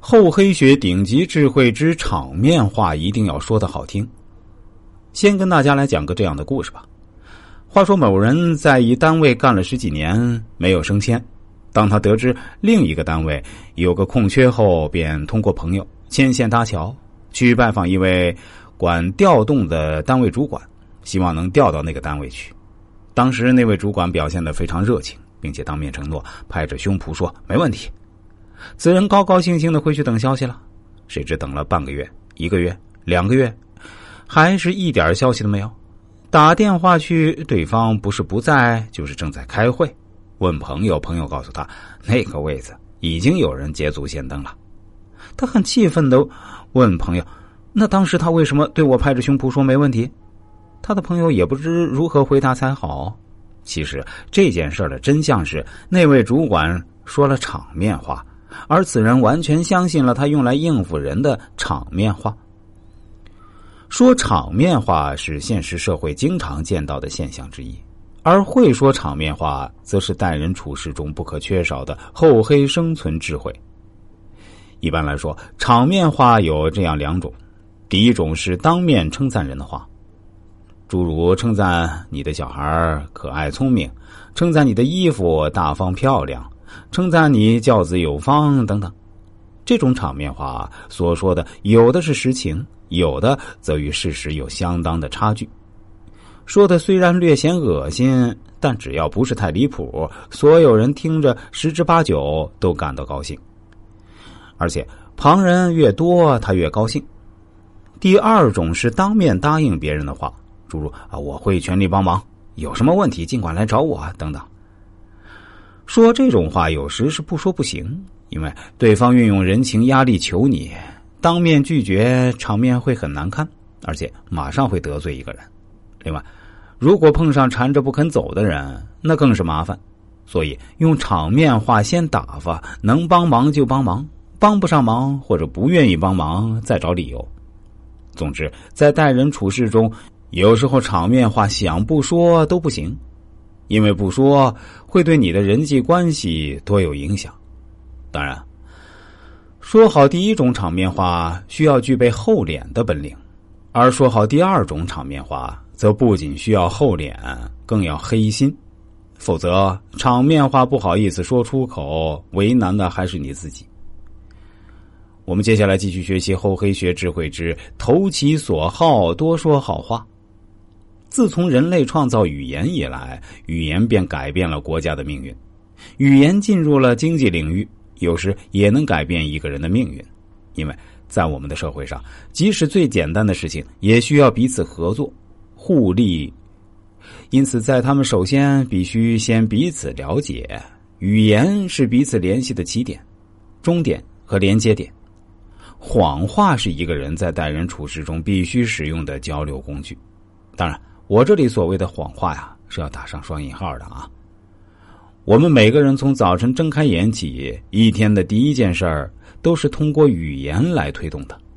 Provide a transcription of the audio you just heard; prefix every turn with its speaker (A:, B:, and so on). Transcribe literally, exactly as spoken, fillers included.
A: 厚黑学顶级智慧之场面话一定要说得好听。先跟大家来讲个这样的故事吧。话说某人在一单位干了十几年没有升迁，当他得知另一个单位有个空缺后，便通过朋友牵线搭桥去拜访一位管调动的单位主管，希望能调到那个单位去。当时那位主管表现得非常热情，并且当面承诺，拍着胸脯说没问题。此人高高兴兴地回去等消息了，谁知等了半个月、一个月、两个月，还是一点消息都没有。打电话去，对方不是不在，就是正在开会。问朋友，朋友告诉他那个位子已经有人捷足先登了。他很气愤地问朋友，那当时他为什么对我拍着胸脯说没问题？他的朋友也不知如何回答才好。其实这件事的真相是，那位主管说了场面话，而此人完全相信了他用来应付人的场面话。说场面话是现实社会经常见到的现象之一，而会说场面话则是待人处事中不可缺少的厚黑生存智慧。一般来说，场面话有这样两种。第一种是当面称赞人的话，诸如称赞你的小孩可爱聪明，称赞你的衣服大方漂亮，称赞你教子有方等等。这种场面话所说的有的是实情，有的则与事实有相当的差距。说的虽然略显恶心，但只要不是太离谱，所有人听着十之八九都感到高兴。而且旁人越多，他越高兴。第二种是当面答应别人的话，诸如啊，我会全力帮忙，有什么问题尽管来找我等等。说这种话有时是不说不行，因为对方运用人情压力求你，当面拒绝场面会很难看，而且马上会得罪一个人。另外，如果碰上缠着不肯走的人，那更是麻烦。所以用场面话先打发，能帮忙就帮忙，帮不上忙或者不愿意帮忙再找理由。总之，在待人处事中，有时候场面话想不说都不行，因为不说会对你的人际关系多有影响。当然，说好第一种场面话需要具备厚脸的本领，而说好第二种场面话则不仅需要厚脸，更要黑心。否则场面话不好意思说出口，为难的还是你自己。我们接下来继续学习厚黑学智慧之投其所好，多说好话。自从人类创造语言以来，语言便改变了国家的命运。语言进入了经济领域，有时也能改变一个人的命运。因为在我们的社会上，即使最简单的事情也需要彼此合作互利，因此在他们首先必须先彼此了解。语言是彼此联系的起点、终点和连接点。谎话是一个人在待人处事中必须使用的交流工具。当然，我这里所谓的谎话呀，是要打上双引号的啊。我们每个人从早晨睁开眼起，一天的第一件事儿都是通过语言来推动的。